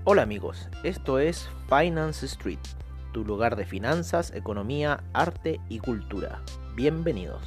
Hola amigos, esto es Finance Street, tu lugar de finanzas, economía, arte y cultura. Bienvenidos.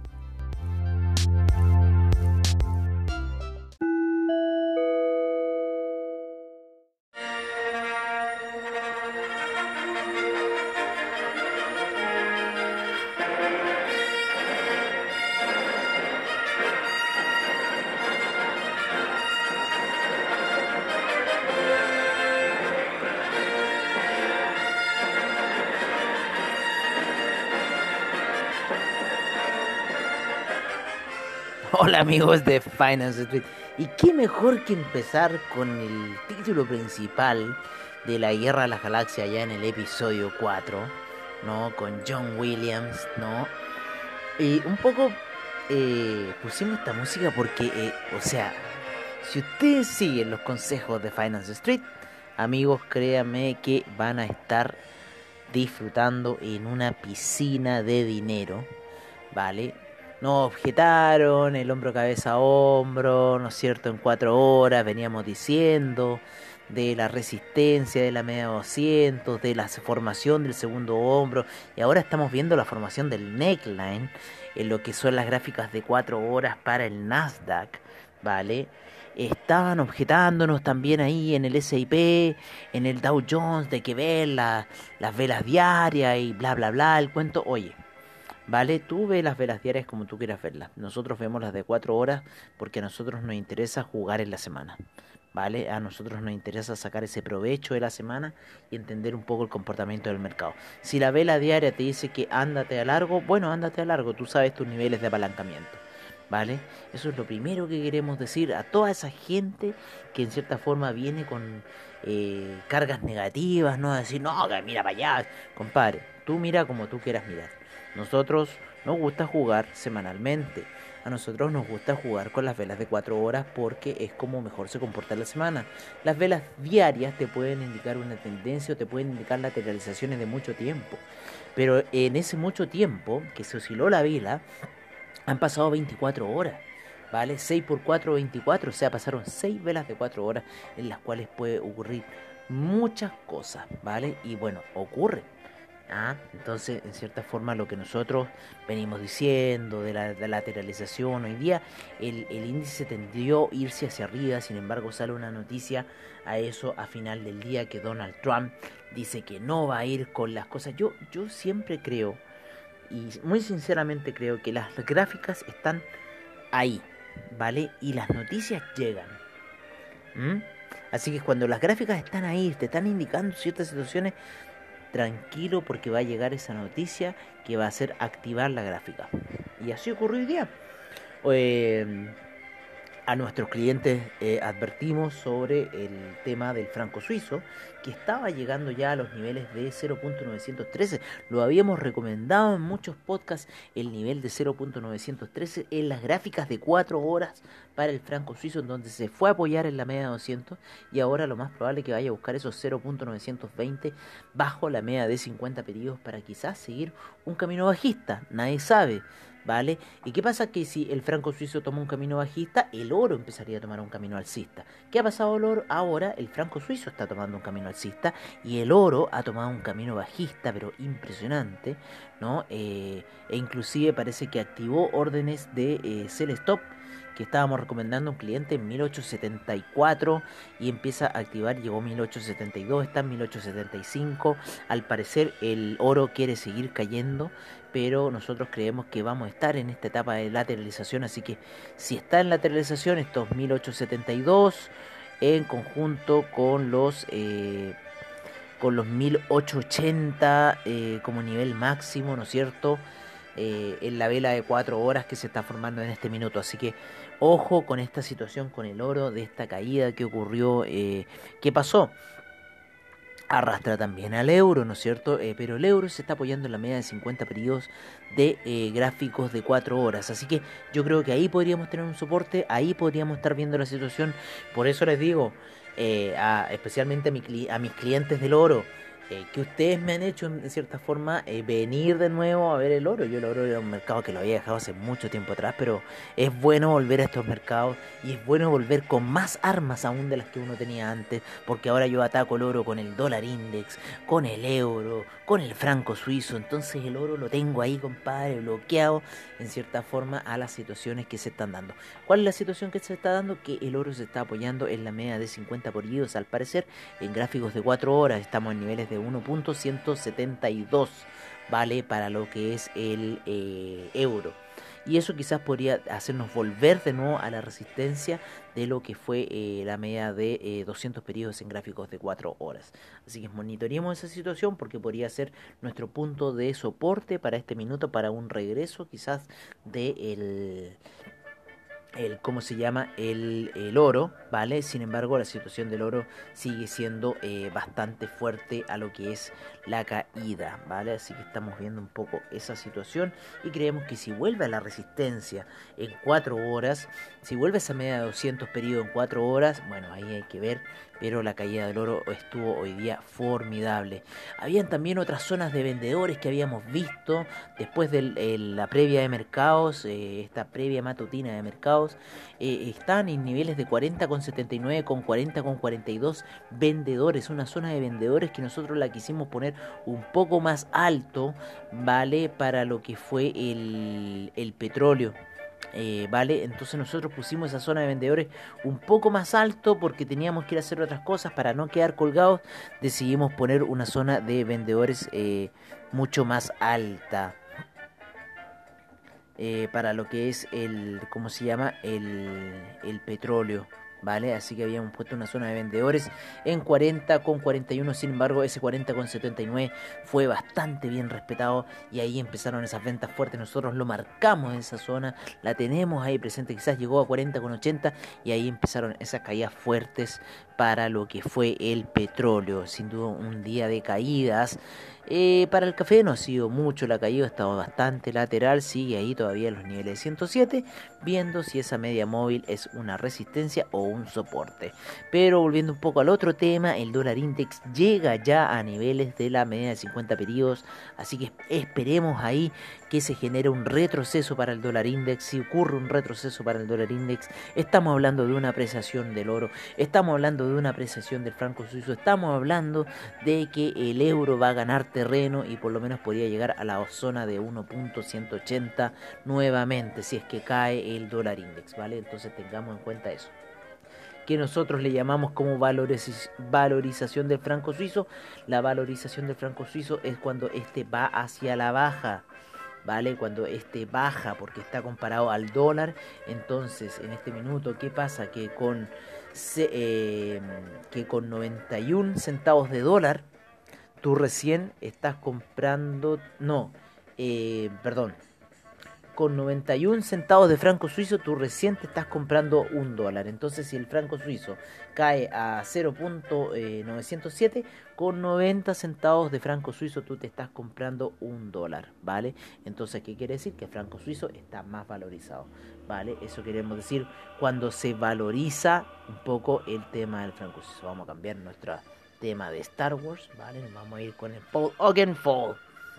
Hola amigos de Finance Street. Y qué mejor que empezar con el título principal de la Guerra de las Galaxias ya en el episodio 4, ¿no? Con John Williams, ¿no? Y un poco pusimos esta música porque, si ustedes siguen los consejos de Finance Street, amigos, créanme que van a estar disfrutando en una piscina de dinero, ¿vale? Nos objetaron el hombro, cabeza, hombro, ¿no es cierto? En 4 horas veníamos diciendo de la resistencia de la media 200, de la formación del segundo hombro, y ahora estamos viendo la formación del neckline en lo que son las gráficas de 4 horas para el Nasdaq, ¿vale? Estaban objetándonos también ahí en el S&P, en el Dow Jones, de que ven las velas diarias y bla bla bla, el cuento. Oye, vale, tú ves las velas diarias como tú quieras verlas. Nosotros vemos las de 4 horas porque a nosotros nos interesa jugar en la semana. ¿Vale? A nosotros nos interesa sacar ese provecho de la semana y entender un poco el comportamiento del mercado. Si la vela diaria te dice que ándate a largo, bueno, ándate a largo, tú sabes tus niveles de apalancamiento. ¿Vale? Eso es lo primero que queremos decir a toda esa gente que en cierta forma viene con cargas negativas, ¿no? A decir, no, que mira para allá, compadre, tú mira como tú quieras mirar. Nosotros nos gusta jugar semanalmente. A nosotros nos gusta jugar con las velas de 4 horas porque es como mejor se comporta la semana. Las velas diarias te pueden indicar una tendencia o te pueden indicar lateralizaciones de mucho tiempo. Pero en ese mucho tiempo que se osciló la vela, han pasado 24 horas. ¿Vale? 6 por 4, 24. O sea, pasaron 6 velas de 4 horas en las cuales puede ocurrir muchas cosas. ¿Vale? Y bueno, ocurre. Entonces, en cierta forma, lo que nosotros venimos diciendo de la lateralización hoy día, el índice tendió a irse hacia arriba. Sin embargo, sale una noticia a eso a final del día que Donald Trump dice que no va a ir con las cosas. Yo siempre creo, y muy sinceramente creo, que las gráficas están ahí, ¿vale? Y las noticias llegan. Así que cuando las gráficas están ahí, te están indicando ciertas situaciones, tranquilo porque va a llegar esa noticia que va a hacer activar la gráfica. Y así ocurrió hoy día. A nuestros clientes advertimos sobre el tema del franco suizo, que estaba llegando ya a los niveles de 0.913. Lo habíamos recomendado en muchos podcasts, el nivel de 0.913 en las gráficas de 4 horas para el franco suizo, en donde se fue a apoyar en la media de 200, y ahora lo más probable es que vaya a buscar esos 0.920 bajo la media de 50 periodos para quizás seguir un camino bajista. Nadie sabe, ¿vale? ¿Y qué pasa? Que si el franco suizo toma un camino bajista, el oro empezaría a tomar un camino alcista. ¿Qué ha pasado al oro? Ahora el franco suizo está tomando un camino alcista y el oro ha tomado un camino bajista, pero impresionante, ¿no? E inclusive parece que activó órdenes de sell stop que estábamos recomendando a un cliente en 1874 y empieza a activar, llegó a 1872, está en 1875. Al parecer el oro quiere seguir cayendo, pero nosotros creemos que vamos a estar en esta etapa de lateralización, así que si está en lateralización estos 1872 en conjunto con los 1880 como nivel máximo, ¿no es cierto? En la vela de 4 horas que se está formando en este minuto. Así que ojo con esta situación con el oro, de esta caída que ocurrió, ¿qué pasó? Arrastra también al euro, ¿no es cierto? Pero el euro se está apoyando en la media de 50 periodos de gráficos de 4 horas. Así que yo creo que ahí podríamos tener un soporte, ahí podríamos estar viendo la situación. Por eso les digo, especialmente a mis clientes del oro, que ustedes me han hecho en cierta forma venir de nuevo a ver el oro. Yo el oro era un mercado que lo había dejado hace mucho tiempo atrás, pero es bueno volver a estos mercados y es bueno volver con más armas aún de las que uno tenía antes, porque ahora yo ataco el oro con el dólar index, con el euro, con el franco suizo. Entonces el oro lo tengo ahí, compadre, bloqueado en cierta forma a las situaciones que se están dando. ¿Cuál es la situación que se está dando? Que el oro se está apoyando en la media de 50 por IOS, al parecer en gráficos de 4 horas. Estamos en niveles de 1.172, ¿vale? Para lo que es el euro. Y eso quizás podría hacernos volver de nuevo a la resistencia de lo que fue la media de 200 periodos en gráficos de 4 horas. Así que monitoreemos esa situación porque podría ser nuestro punto de soporte para este minuto, para un regreso quizás de ¿cómo se llama? El oro, ¿vale? Sin embargo, la situación del oro sigue siendo bastante fuerte a lo que es la caída, ¿vale? Así que estamos viendo un poco esa situación y creemos que si vuelve a la resistencia en 4 horas, si vuelve a esa media de 200 periodos en 4 horas, bueno, ahí hay que ver, pero la caída del oro estuvo hoy día formidable. Habían también otras zonas de vendedores que habíamos visto después de la previa de mercados, esta previa matutina de mercados, están en niveles de 40,79 con 40,42 vendedores, una zona de vendedores que nosotros la quisimos poner un poco más alto, ¿vale? Para lo que fue el petróleo. Vale, entonces nosotros pusimos esa zona de vendedores un poco más alto porque teníamos que ir a hacer otras cosas para no quedar colgados. Decidimos poner una zona de vendedores mucho más alta para lo que es ¿cómo se llama? El petróleo. ¿Vale? Así que habíamos puesto una zona de vendedores en 40,41. Sin embargo, ese 40,79 fue bastante bien respetado y ahí empezaron esas ventas fuertes. Nosotros lo marcamos en esa zona, la tenemos ahí presente. Quizás llegó a 40,80 y ahí empezaron esas caídas fuertes para lo que fue el petróleo. Sin duda un día de caídas. Para el café no ha sido mucho la caída, ha estado bastante lateral, sigue ahí todavía en los niveles de 107, viendo si esa media móvil es una resistencia o un soporte. Pero volviendo un poco al otro tema, el dólar index llega ya a niveles de la media de 50 periodos, así que esperemos ahí que se genere un retroceso para el dólar index. Si ocurre un retroceso para el dólar index, estamos hablando de una apreciación del oro, estamos hablando de una apreciación del franco suizo, estamos hablando de que el euro va a ganar terreno y por lo menos podría llegar a la zona de 1.180 nuevamente si es que cae el dólar index, ¿vale? Entonces tengamos en cuenta eso, que nosotros le llamamos como valorización del franco suizo. La valorización del franco suizo es cuando este va hacia la baja, ¿vale? Cuando este baja porque está comparado al dólar. Entonces en este minuto, ¿qué pasa? Que con 91 centavos de dólar tú recién estás comprando, no, perdón, con 91 centavos de franco suizo tú recién te estás comprando $1. Entonces si el franco suizo cae a 0.907, con 90 centavos de franco suizo tú te estás comprando $1, ¿vale? Entonces, ¿qué quiere decir? Que el franco suizo está más valorizado, ¿vale? Eso queremos decir cuando se valoriza un poco el tema del franco suizo. Vamos a cambiar nuestro tema de Star Wars, ¿vale? Vamos a ir con el Paul Oakenfold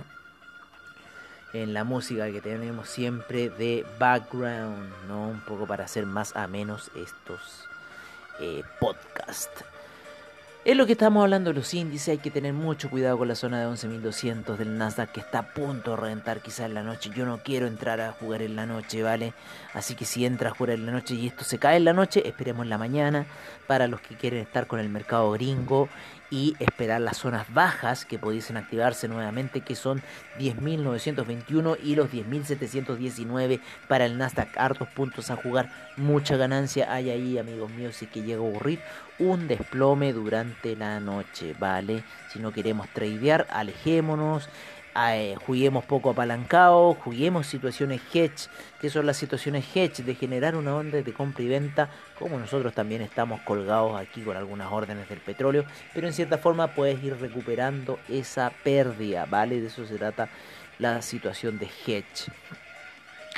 en la música que tenemos siempre de background, ¿no? Un poco para hacer más a menos estos podcasts. Es lo que estamos hablando de los índices. Hay que tener mucho cuidado con la zona de 11.200 del Nasdaq, que está a punto de reventar quizás en la noche. Yo no quiero entrar a jugar en la noche, ¿vale? Así que si entras a jugar en la noche y esto se cae en la noche, esperemos en la mañana para los que quieren estar con el mercado gringo y esperar las zonas bajas que pudiesen activarse nuevamente, que son 10.921 y los 10.719 para el Nasdaq. Hartos puntos a jugar, mucha ganancia hay ahí, amigos míos, si que llega a ocurrir un desplome durante la noche, ¿vale? Si no queremos tradear, alejémonos. Juguemos poco apalancado, juguemos situaciones hedge. Que son las situaciones hedge? De generar una onda de compra y venta, como nosotros también estamos colgados aquí con algunas órdenes del petróleo, pero en cierta forma puedes ir recuperando esa pérdida, ¿vale? De eso se trata la situación de hedge.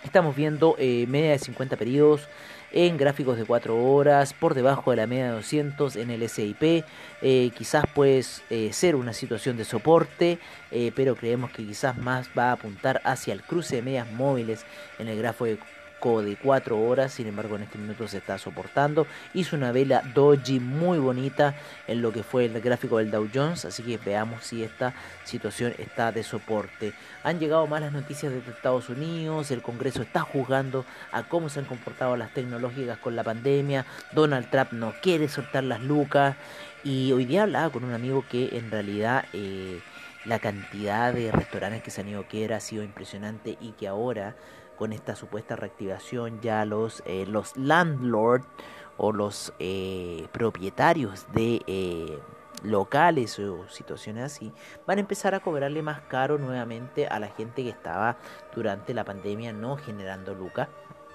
Estamos viendo media de 50 periodos en gráficos de 4 horas, por debajo de la media de 200 en el SIP. Quizás puede ser una situación de soporte, pero creemos que quizás más va a apuntar hacia el cruce de medias móviles en el gráfico de 4 horas. Sin embargo, en este minuto se está soportando. Hizo una vela doji muy bonita en lo que fue el gráfico del Dow Jones, así que veamos si esta situación está de soporte. Han llegado malas noticias desde Estados Unidos, el Congreso está juzgando a cómo se han comportado las tecnológicas con la pandemia, Donald Trump no quiere soltar las lucas, y hoy día hablaba con un amigo que en realidad la cantidad de restaurantes que se han ido a quiebra ha sido impresionante, y que ahora con esta supuesta reactivación ya los landlords o los propietarios de locales o situaciones así van a empezar a cobrarle más caro nuevamente a la gente que estaba durante la pandemia no generando lucas,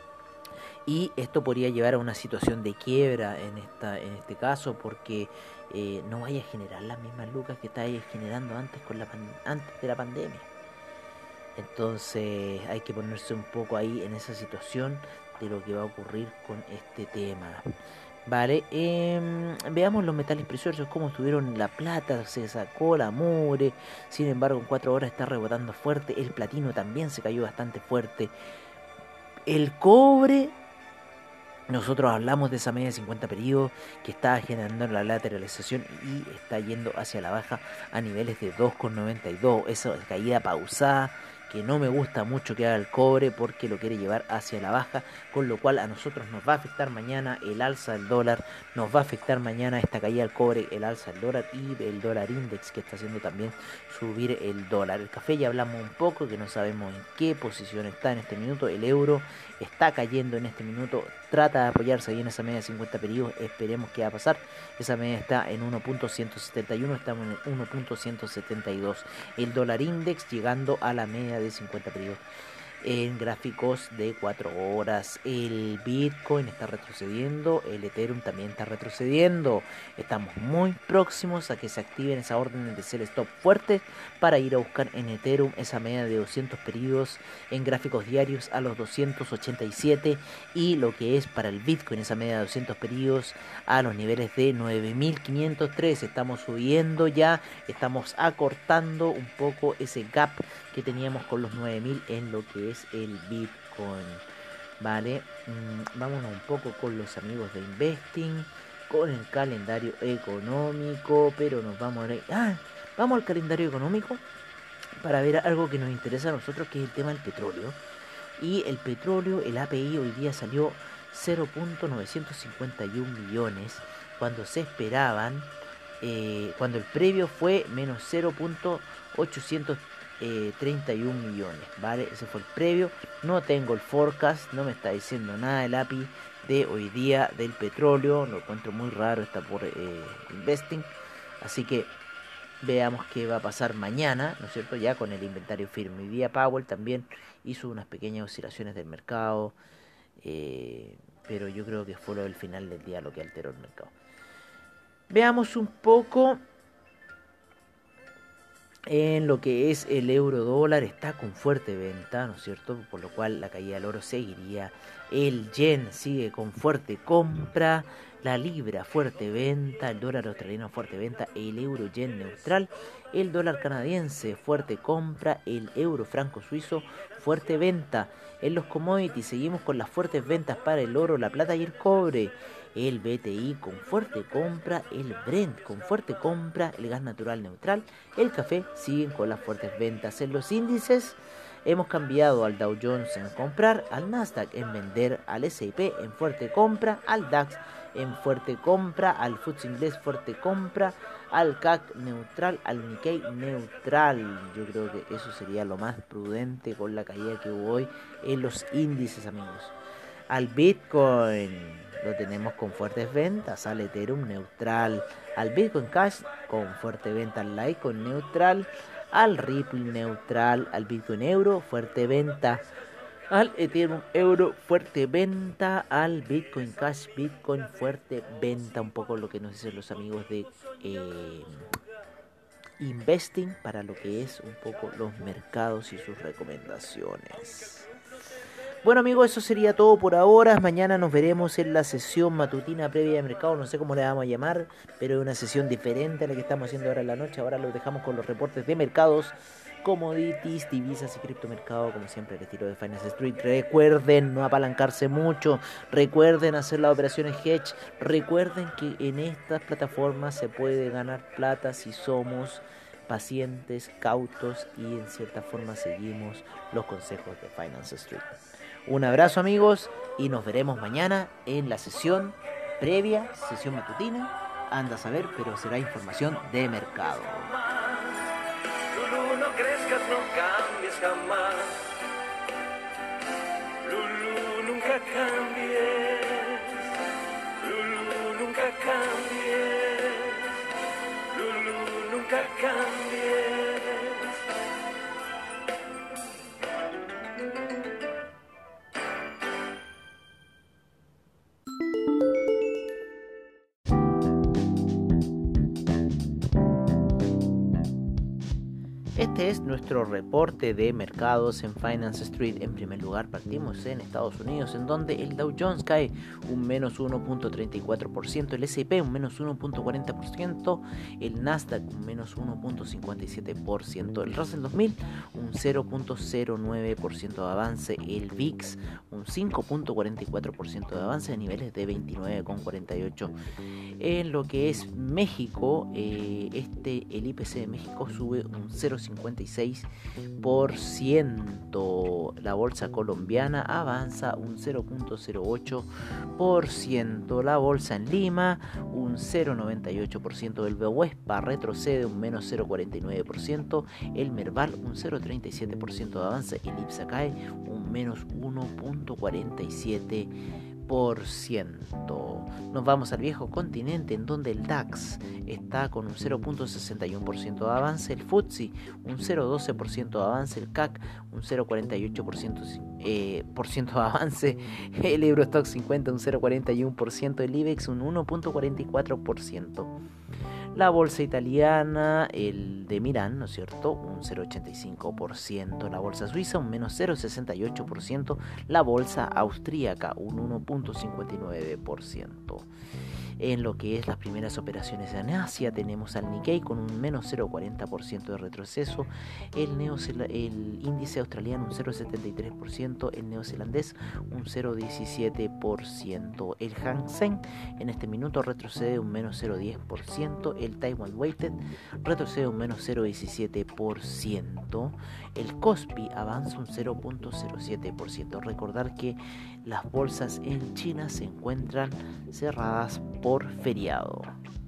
y esto podría llevar a una situación de quiebra en este caso, porque no vaya a generar las mismas lucas que estaba generando antes antes de la pandemia. Entonces hay que ponerse un poco ahí en esa situación de lo que va a ocurrir con este tema. Vale, veamos los metales preciosos, cómo estuvieron. La plata, se sacó la mugre, sin embargo en 4 horas está rebotando fuerte. El platino también se cayó bastante fuerte. El cobre, nosotros hablamos de esa media de 50 periodos que está generando la lateralización y está yendo hacia la baja a niveles de 2,92. Esa caída pausada que no me gusta mucho que haga el cobre, porque lo quiere llevar hacia la baja, con lo cual a nosotros nos va a afectar mañana el alza del dólar, nos va a afectar mañana esta caída del cobre, el alza del dólar y el dólar index, que está haciendo también subir el dólar. El café ya hablamos un poco, que no sabemos en qué posición está en este minuto. El euro está cayendo en este minuto, trata de apoyarse ahí en esa media de 50 periodos, esperemos qué va a pasar. Esa media está en 1.171, estamos en 1.172. El dólar index llegando a la media de 50 periodos en gráficos de 4 horas. El Bitcoin está retrocediendo, el Ethereum también está retrocediendo. Estamos muy próximos a que se activen esas órdenes de sell stop fuertes para ir a buscar en Ethereum esa media de 200 periodos en gráficos diarios a los 287, y lo que es para el Bitcoin esa media de 200 periodos a los niveles de 9503. Estamos subiendo ya, estamos acortando un poco ese gap que teníamos con los 9000 en lo que es el Bitcoin. Vale, vámonos un poco con los amigos de Investing, con el calendario económico, pero nos vamos vamos al calendario económico para ver algo que nos interesa a nosotros, que es el tema del petróleo. Y el petróleo, el API hoy día salió 0.951 millones, cuando se esperaban, cuando el previo fue menos 0.831 millones, ¿vale? Ese fue el previo. No tengo el forecast, no me está diciendo nada el API de hoy día del petróleo, lo encuentro muy raro, está por Investing, así que veamos qué va a pasar mañana, ¿no es cierto? Ya con el inventario firme. Hoy día Powell también hizo unas pequeñas oscilaciones del mercado, eh, pero yo creo que fue lo del final del día lo que alteró el mercado. Veamos un poco en lo que es el euro dólar. Está con fuerte venta, ¿no es cierto? Por lo cual la caída del oro seguiría. El yen sigue con fuerte compra. La libra fuerte venta. El dólar australiano fuerte venta. El euro yen neutral. El dólar canadiense fuerte compra. El euro franco suizo fuerte venta. En los commodities seguimos con las fuertes ventas para el oro, la plata y el cobre. El BTI con fuerte compra, el Brent con fuerte compra, el gas natural neutral, el café siguen con las fuertes ventas. En los índices hemos cambiado al Dow Jones en comprar, al Nasdaq en vender, al S&P en fuerte compra, al DAX en fuerte compra, al FTSE inglés fuerte compra, al CAC neutral, al Nikkei neutral. Yo creo que eso sería lo más prudente con la caída que hubo hoy en los índices, amigos. Al Bitcoin lo tenemos con fuertes ventas, al Ethereum neutral, al Bitcoin Cash con fuerte venta, al Litecoin neutral, al Ripple neutral, al Bitcoin Euro fuerte venta, al Ethereum Euro fuerte venta, al Bitcoin Cash Bitcoin fuerte venta. Un poco lo que nos dicen los amigos de Investing para lo que es un poco los mercados y sus recomendaciones. Bueno amigos, eso sería todo por ahora. Mañana nos veremos en la sesión matutina previa de mercado. No sé cómo le vamos a llamar, pero es una sesión diferente a la que estamos haciendo ahora en la noche. Ahora los dejamos con los reportes de mercados, commodities, divisas y criptomercado, como siempre el estilo de Finance Street. Recuerden no apalancarse mucho, recuerden hacer las operaciones hedge, recuerden que en estas plataformas se puede ganar plata si somos pacientes, cautos y en cierta forma seguimos los consejos de Finance Street. Un abrazo amigos y nos veremos mañana en la sesión previa, sesión matutina. Anda a saber, pero será información de mercado. Lulú, no crezcas, no cambies jamás. Lulú, nunca cambies. Lulú, nunca cambies. Lulú, nunca cambies. Este es nuestro reporte de mercados en Finance Street. En primer lugar partimos en Estados Unidos, en donde el Dow Jones cae un menos 1.34%, el S&P un menos 1.40%, el Nasdaq un menos 1.57%, el Russell 2000 un 0.09% de avance, el VIX un 5.44% de avance a niveles de 29,48. En lo que es México, el IPC de México sube un 0.56%, la bolsa colombiana avanza un 0.08%, la bolsa en Lima un 0.98%, el Bovespa retrocede un menos 0.49%, el Merval un 0.37% de avance, el IPSA cae un menos 1.47%. Nos vamos al viejo continente, en donde el DAX está con un 0.61% de avance, el FTSE un 0.12% de avance, el CAC un 0.48% de avance, el Eurostoxx 50 un 0.41%, el IBEX un 1.44%. La bolsa italiana, el de Milán, ¿no es cierto?, un 0.85%, la bolsa suiza un menos 0.68%, la bolsa austríaca un 1.59%. En lo que es las primeras operaciones en Asia, tenemos al Nikkei con un menos 0.40% de retroceso, el índice australiano un 0.73%, el neozelandés un 0.17%, el Hang Seng en este minuto retrocede un menos 0.10%, el Taiwan Weighted retrocede un menos 0.17%, el Kospi avanza un 0.07%. Recordar que las bolsas en China se encuentran cerradas por feriado.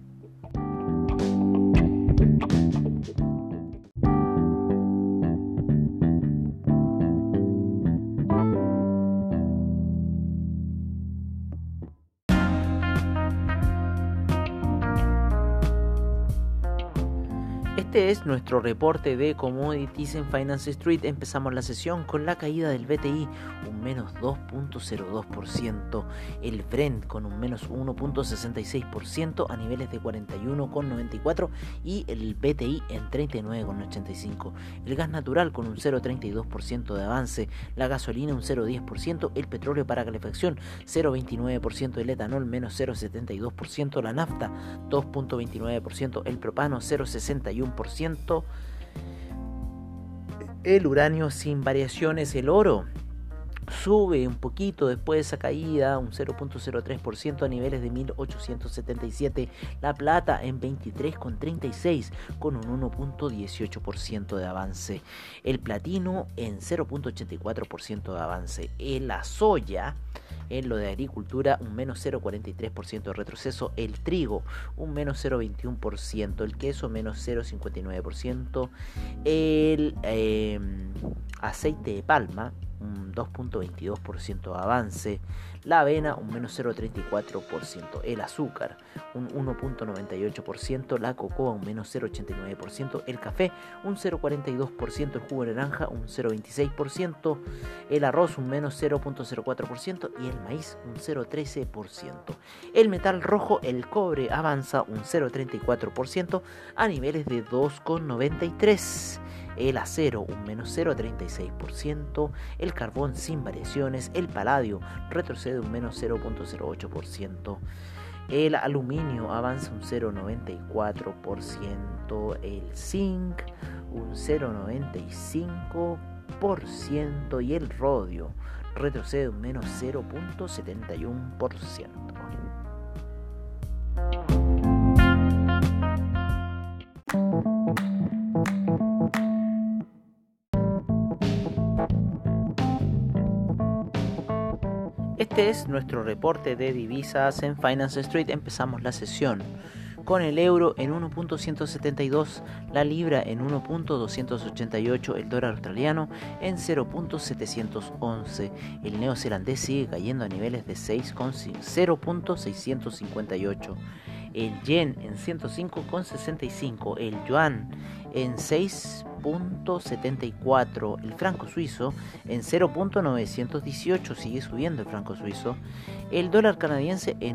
Este es nuestro reporte de commodities en Finance Street. Empezamos la sesión con la caída del BTI, un menos 2.02%, el Brent con un menos 1.66% a niveles de 41,94 y el BTI en 39,85. El gas natural con un 0.32% de avance, la gasolina un 0.10%, el petróleo para calefacción 0.29%, el etanol menos 0.72%, la nafta 2.29%, el propano 0.61%, el uranio sin variaciones, el oro sube un poquito después de esa caída, un 0.03% a niveles de 1877, la plata en 23,36 con un 1.18% de avance, el platino en 0.84% de avance, la soya en lo de agricultura un menos 0.43% de retroceso, el trigo un menos 0.21%, el queso menos 0.59%, el aceite de palma un 2.22% de avance, la avena un menos 0.34%, el azúcar un 1.98%, la cocoa un menos 0.89%, el café un 0.42%, el jugo de naranja un 0.26%, el arroz un menos 0.04% y el maíz un 0.13%. El metal rojo, el cobre, avanza un 0.34% a niveles de 2.93. el acero un menos 0,36%, el carbón sin variaciones, el paladio retrocede un menos 0,08%, el aluminio avanza un 0,94%, el zinc un 0,95% y el rodio retrocede un menos 0,71%. Este es nuestro reporte de divisas en Finance Street. Empezamos la sesión con el euro en 1.172, la libra en 1.288, el dólar australiano en 0.711, el neozelandés sigue cayendo a niveles de 0.658, el yen en 105,65, el yuan en 6.74, el franco suizo en 0.918, sigue subiendo el franco suizo, el dólar canadiense en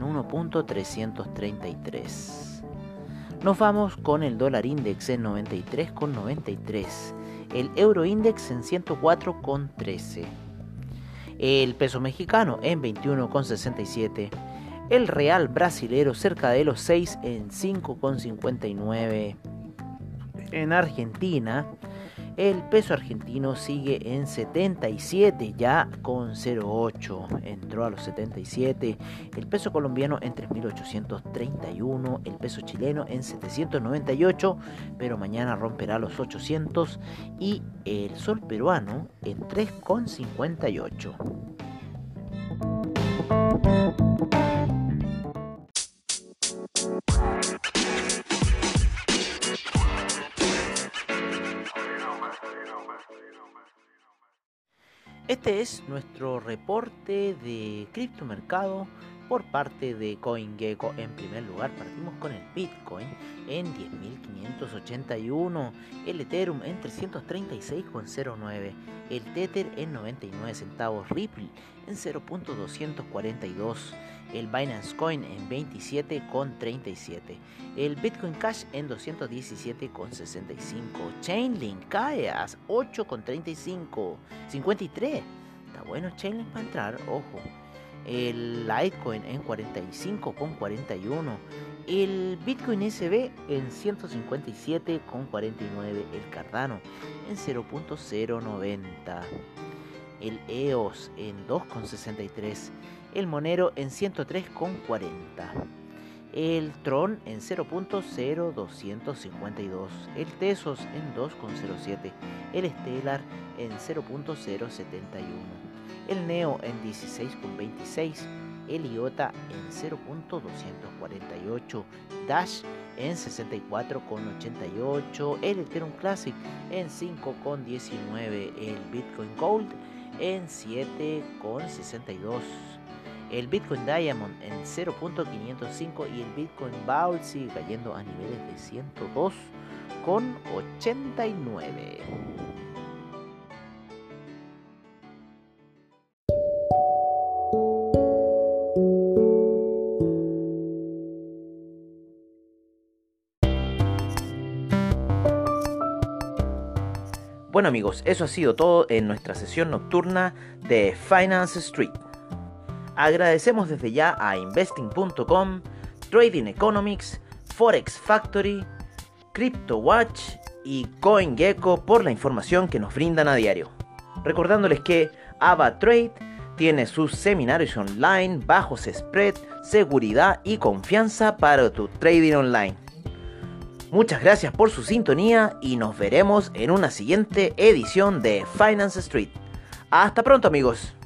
1.333. Nos vamos con el dólar index en 93,93, el euro index en 104,13, el peso mexicano en 21,67, el real brasilero cerca de los 6 en 5,59. En Argentina, el peso argentino sigue en 77 ya con 0,8, entró a los 77, el peso colombiano en 3.831, el peso chileno en 798, pero mañana romperá los 800 y el sol peruano en 3,58. Este es nuestro reporte de criptomercado por parte de CoinGecko. En primer lugar partimos con el Bitcoin en 10.581, el Ethereum en 336,09, el Tether en 99 centavos, Ripple en 0.242, el Binance Coin en 27,37, el Bitcoin Cash en 217,65, Chainlink cae a 8,53. Está bueno Chainlink para entrar, ojo. El Litecoin en 45,41, el Bitcoin SB en 157,49, el Cardano en 0.090, el EOS en 2,63, el Monero en 103,40, el Tron en 0.0252, el Tesos en 2,07, el Stellar en 0.071, el Neo en 16,26, el IOTA en 0.248, Dash en 64,88, el Ethereum Classic en 5,19, el Bitcoin Gold en 7,62, el Bitcoin Diamond en 0.505 y el Bitcoin Vault sigue cayendo a niveles de 102,89. Bueno amigos, eso ha sido todo en nuestra sesión nocturna de Finance Street. Agradecemos desde ya a Investing.com, Trading Economics, Forex Factory, CryptoWatch y CoinGecko por la información que nos brindan a diario. Recordándoles que AvaTrade tiene sus seminarios online, bajos spread, seguridad y confianza para tu trading online. Muchas gracias por su sintonía y nos veremos en una siguiente edición de Finance Street. Hasta pronto amigos.